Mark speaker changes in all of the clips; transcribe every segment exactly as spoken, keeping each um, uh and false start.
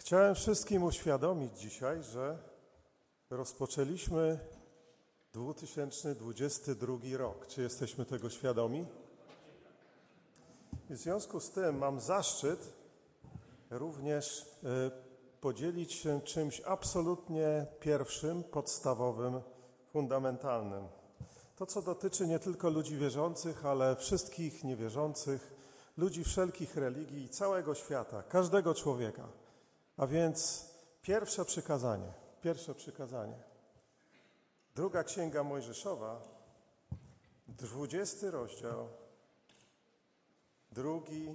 Speaker 1: Chciałem wszystkim uświadomić dzisiaj, że rozpoczęliśmy dwa tysiące dwudziesty drugi rok. Czy jesteśmy tego świadomi? I w związku z tym mam zaszczyt również y, podzielić się czymś absolutnie pierwszym, podstawowym, fundamentalnym. To, co dotyczy nie tylko ludzi wierzących, ale wszystkich niewierzących, ludzi wszelkich religii i całego świata, każdego człowieka. A więc pierwsze przykazanie, pierwsze przykazanie. Druga Księga Mojżeszowa, dwudziesty rozdział, drugi,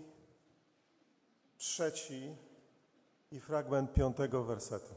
Speaker 1: trzeci i fragment piątego wersetu.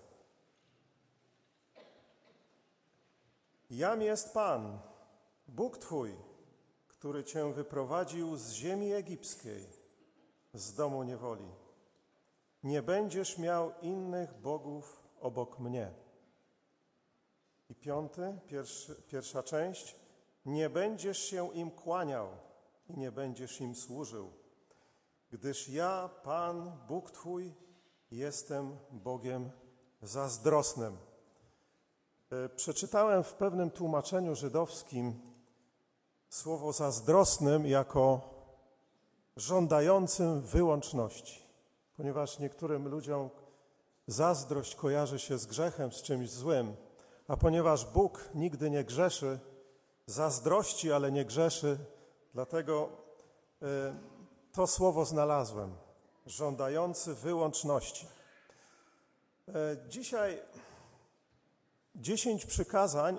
Speaker 1: Jam jest Pan, Bóg Twój, który Cię wyprowadził z ziemi egipskiej, z domu niewoli. Nie będziesz miał innych bogów obok mnie. I piąty, pierwszy, pierwsza część. Nie będziesz się im kłaniał i nie będziesz im służył, gdyż ja, Pan, Bóg Twój, jestem Bogiem zazdrosnym. Przeczytałem w pewnym tłumaczeniu żydowskim słowo zazdrosnym jako żądającym wyłączności. Ponieważ niektórym ludziom zazdrość kojarzy się z grzechem, z czymś złym, a ponieważ Bóg nigdy nie grzeszy, zazdrości, ale nie grzeszy, dlatego y, to słowo znalazłem, żądający wyłączności. Y, dzisiaj dziesięć przykazań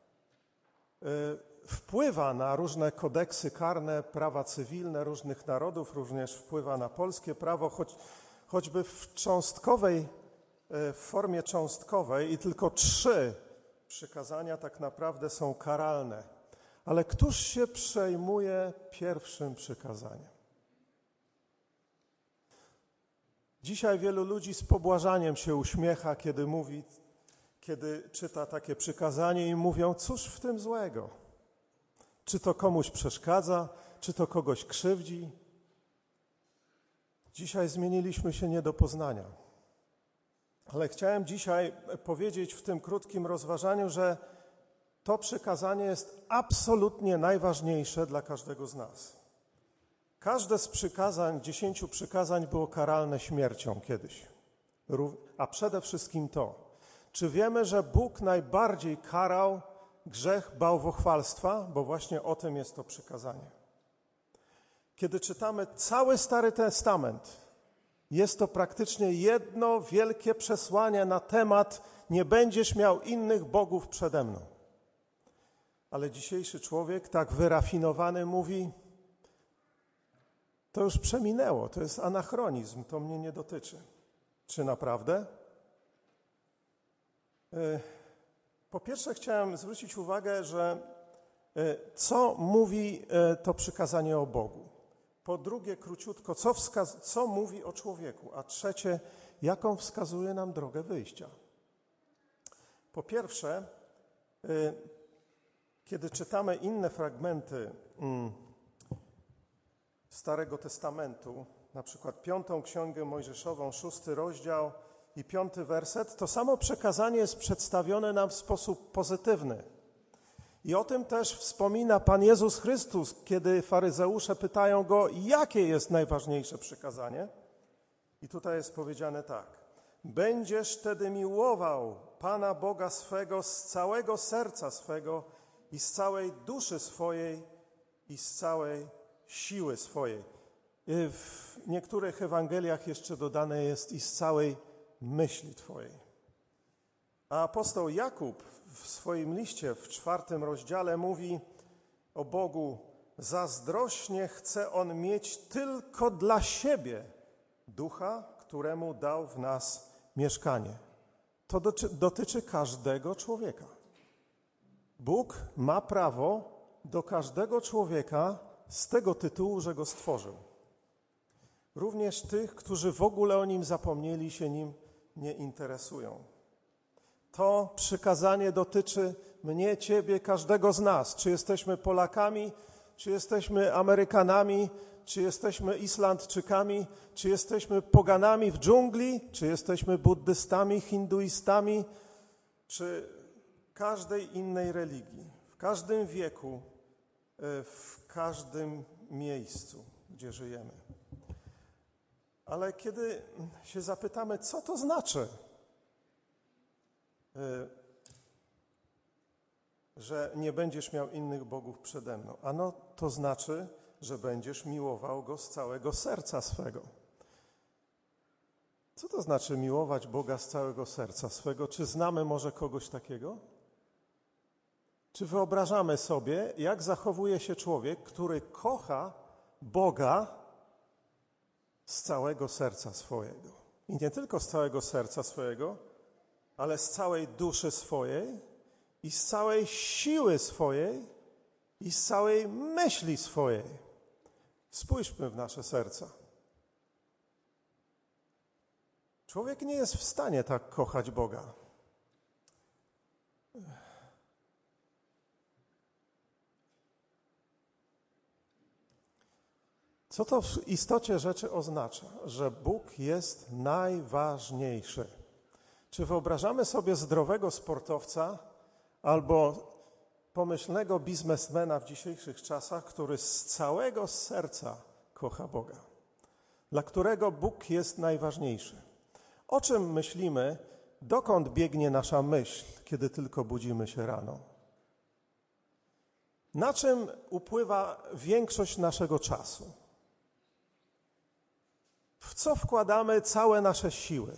Speaker 1: y, wpływa na różne kodeksy karne, prawa cywilne różnych narodów, również wpływa na polskie prawo, choć, choćby w cząstkowej, w formie cząstkowej i tylko trzy przykazania tak naprawdę są karalne. Ale któż się przejmuje pierwszym przykazaniem? Dzisiaj wielu ludzi z pobłażaniem się uśmiecha, kiedy mówi, kiedy czyta takie przykazanie i mówią, cóż w tym złego? Czy to komuś przeszkadza, czy to kogoś krzywdzi? Dzisiaj zmieniliśmy się nie do poznania. Ale chciałem dzisiaj powiedzieć w tym krótkim rozważaniu, że to przykazanie jest absolutnie najważniejsze dla każdego z nas. Każde z przykazań, dziesięciu przykazań było karalne śmiercią kiedyś. A przede wszystkim to, czy wiemy, że Bóg najbardziej karał grzech bałwochwalstwa, bo właśnie o tym jest to przykazanie. Kiedy czytamy cały Stary Testament, jest to praktycznie jedno wielkie przesłanie na temat nie będziesz miał innych bogów przede mną. Ale dzisiejszy człowiek, tak wyrafinowany, mówi, to już przeminęło, to jest anachronizm, to mnie nie dotyczy. Czy naprawdę? Yy. Po pierwsze chciałem zwrócić uwagę, że co mówi to przykazanie o Bogu. Po drugie, króciutko, co, wskaz- co mówi o człowieku. A trzecie, jaką wskazuje nam drogę wyjścia. Po pierwsze, kiedy czytamy inne fragmenty Starego Testamentu, na przykład piątą Księgę Mojżeszową, szósty rozdział, i piąty werset, to samo przekazanie jest przedstawione nam w sposób pozytywny. I o tym też wspomina Pan Jezus Chrystus, kiedy faryzeusze pytają Go, jakie jest najważniejsze przykazanie. I tutaj jest powiedziane tak. Będziesz wtedy miłował Pana Boga swego z całego serca swego i z całej duszy swojej i z całej siły swojej. W niektórych Ewangeliach jeszcze dodane jest i z całej myśli Twojej. A apostoł Jakub w swoim liście w czwartym rozdziale mówi o Bogu, zazdrośnie chce On mieć tylko dla siebie Ducha, któremu dał w nas mieszkanie. To dotyczy, dotyczy każdego człowieka. Bóg ma prawo do każdego człowieka z tego tytułu, że go stworzył. Również tych, którzy w ogóle o Nim zapomnieli, się Nim nie interesują. To przykazanie dotyczy mnie, Ciebie, każdego z nas. Czy jesteśmy Polakami, czy jesteśmy Amerykanami, czy jesteśmy Islandczykami, czy jesteśmy poganami w dżungli, czy jesteśmy buddystami, hinduistami, czy każdej innej religii, w każdym wieku, w każdym miejscu, gdzie żyjemy. Ale kiedy się zapytamy, co to znaczy, że nie będziesz miał innych bogów przede mną? Ano to znaczy, że będziesz miłował Go z całego serca swego. Co to znaczy miłować Boga z całego serca swego? Czy znamy może kogoś takiego? Czy wyobrażamy sobie, jak zachowuje się człowiek, który kocha Boga z całego serca swojego? I nie tylko z całego serca swojego, ale z całej duszy swojej i z całej siły swojej i z całej myśli swojej. Spójrzmy w nasze serca. Człowiek nie jest w stanie tak kochać Boga. Co to w istocie rzeczy oznacza? Że Bóg jest najważniejszy. Czy wyobrażamy sobie zdrowego sportowca albo pomyślnego biznesmena w dzisiejszych czasach, który z całego serca kocha Boga, dla którego Bóg jest najważniejszy? O czym myślimy, dokąd biegnie nasza myśl, kiedy tylko budzimy się rano? Na czym upływa większość naszego czasu? W co wkładamy całe nasze siły?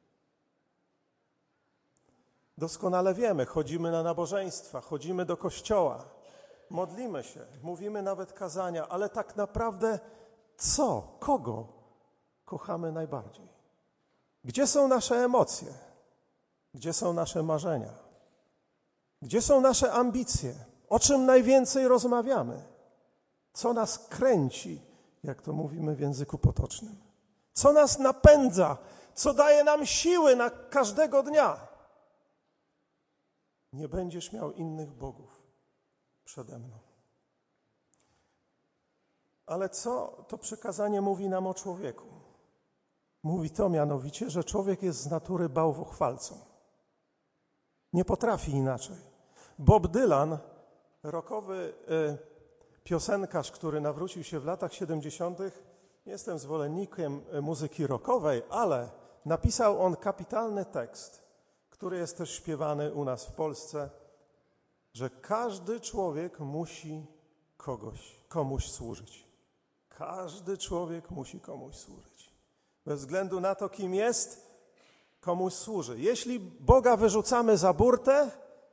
Speaker 1: Doskonale wiemy, chodzimy na nabożeństwa, chodzimy do kościoła, modlimy się, mówimy nawet kazania, ale tak naprawdę co, kogo kochamy najbardziej? Gdzie są nasze emocje? Gdzie są nasze marzenia? Gdzie są nasze ambicje? O czym najwięcej rozmawiamy? Co nas kręci, jak to mówimy w języku potocznym? Co nas napędza? Co daje nam siły na każdego dnia? Nie będziesz miał innych bogów przede mną. Ale co to przykazanie mówi nam o człowieku? Mówi to mianowicie, że człowiek jest z natury bałwochwalcą. Nie potrafi inaczej. Bob Dylan, rockowy y, piosenkarz, który nawrócił się w latach siedemdziesiątych, jestem zwolennikiem muzyki rockowej, ale napisał on kapitalny tekst, który jest też śpiewany u nas w Polsce, że każdy człowiek musi kogoś, komuś służyć. Każdy człowiek musi komuś służyć. Bez względu na to, kim jest, komuś służy. Jeśli Boga wyrzucamy za burtę,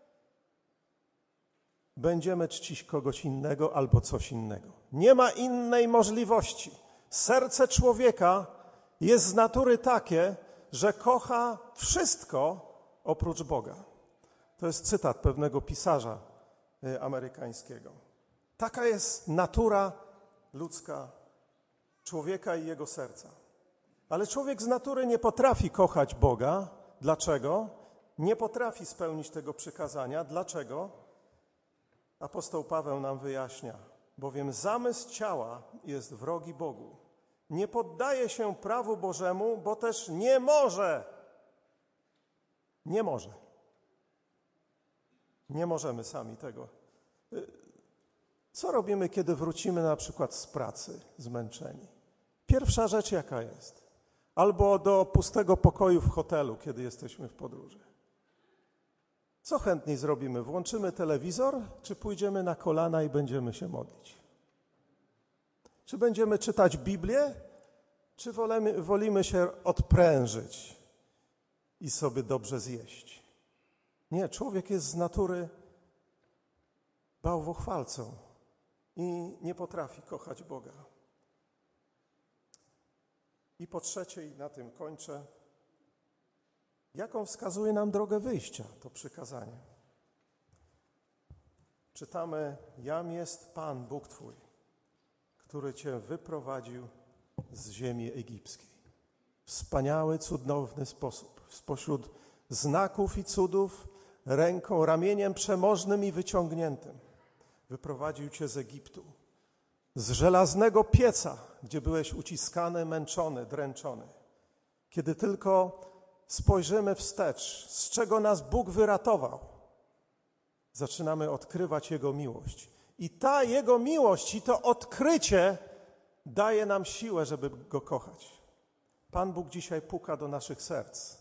Speaker 1: będziemy czcić kogoś innego albo coś innego. Nie ma innej możliwości. Serce człowieka jest z natury takie, że kocha wszystko oprócz Boga. To jest cytat pewnego pisarza amerykańskiego. Taka jest natura ludzka człowieka i jego serca. Ale człowiek z natury nie potrafi kochać Boga. Dlaczego? Nie potrafi spełnić tego przykazania. Dlaczego? Apostoł Paweł nam wyjaśnia. Bowiem zamysł ciała jest wrogi Bogu. Nie poddaje się prawu Bożemu, bo też nie może. Nie może. Nie możemy sami tego. Co robimy, kiedy wrócimy na przykład z pracy zmęczeni? Pierwsza rzecz jaka jest? Albo do pustego pokoju w hotelu, kiedy jesteśmy w podróży. Co chętniej zrobimy? Włączymy telewizor, czy pójdziemy na kolana i będziemy się modlić? Czy będziemy czytać Biblię, czy wolimy, wolimy się odprężyć i sobie dobrze zjeść? Nie, człowiek jest z natury bałwochwalcą i nie potrafi kochać Boga. I po trzecie, i na tym kończę, jaką wskazuje nam drogę wyjścia to przykazanie? Czytamy: Jam jest Pan, Bóg Twój, który Cię wyprowadził z ziemi egipskiej. Wspaniały, cudowny sposób. Spośród znaków i cudów, ręką, ramieniem przemożnym i wyciągniętym wyprowadził Cię z Egiptu, z żelaznego pieca, gdzie byłeś uciskany, męczony, dręczony. Kiedy tylko spojrzymy wstecz, z czego nas Bóg wyratował, zaczynamy odkrywać Jego miłość. I ta Jego miłość i to odkrycie daje nam siłę, żeby Go kochać. Pan Bóg dzisiaj puka do naszych serc.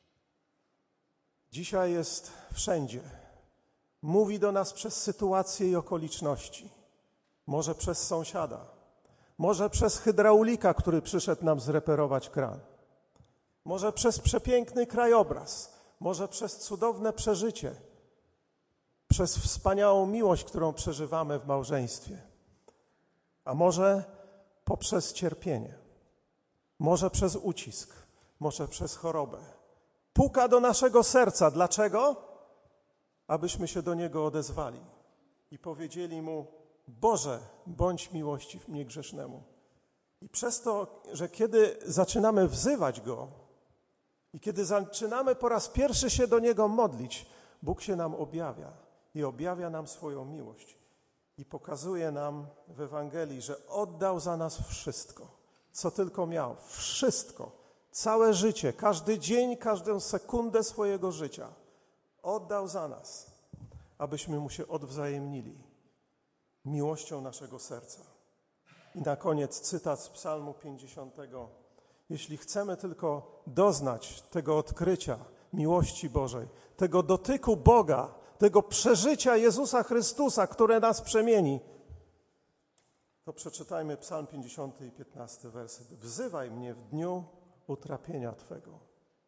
Speaker 1: Dzisiaj jest wszędzie. Mówi do nas przez sytuacje i okoliczności. Może przez sąsiada. Może przez hydraulika, który przyszedł nam zreperować kran. Może przez przepiękny krajobraz. Może przez cudowne przeżycie. Przez wspaniałą miłość, którą przeżywamy w małżeństwie. A może poprzez cierpienie. Może przez ucisk. Może przez chorobę. Puka do naszego serca. Dlaczego? Abyśmy się do Niego odezwali i powiedzieli Mu: Boże, bądź miłościw mnie grzesznemu. I przez to, że kiedy zaczynamy wzywać Go i kiedy zaczynamy po raz pierwszy się do Niego modlić, Bóg się nam objawia i objawia nam swoją miłość i pokazuje nam w Ewangelii, że oddał za nas wszystko, co tylko miał. Wszystko, całe życie, każdy dzień, każdą sekundę swojego życia oddał za nas, abyśmy Mu się odwzajemnili miłością naszego serca. I na koniec cytat z Psalmu pięćdziesiątego. Jeśli chcemy tylko doznać tego odkrycia miłości Bożej, tego dotyku Boga, tego przeżycia Jezusa Chrystusa, które nas przemieni, to przeczytajmy Psalm pięćdziesiąty i piętnasty werset. Wzywaj mnie w dniu utrapienia Twego.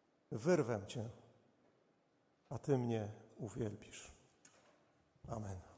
Speaker 1: Wyrwę Cię, a Ty mnie uwielbisz. Amen.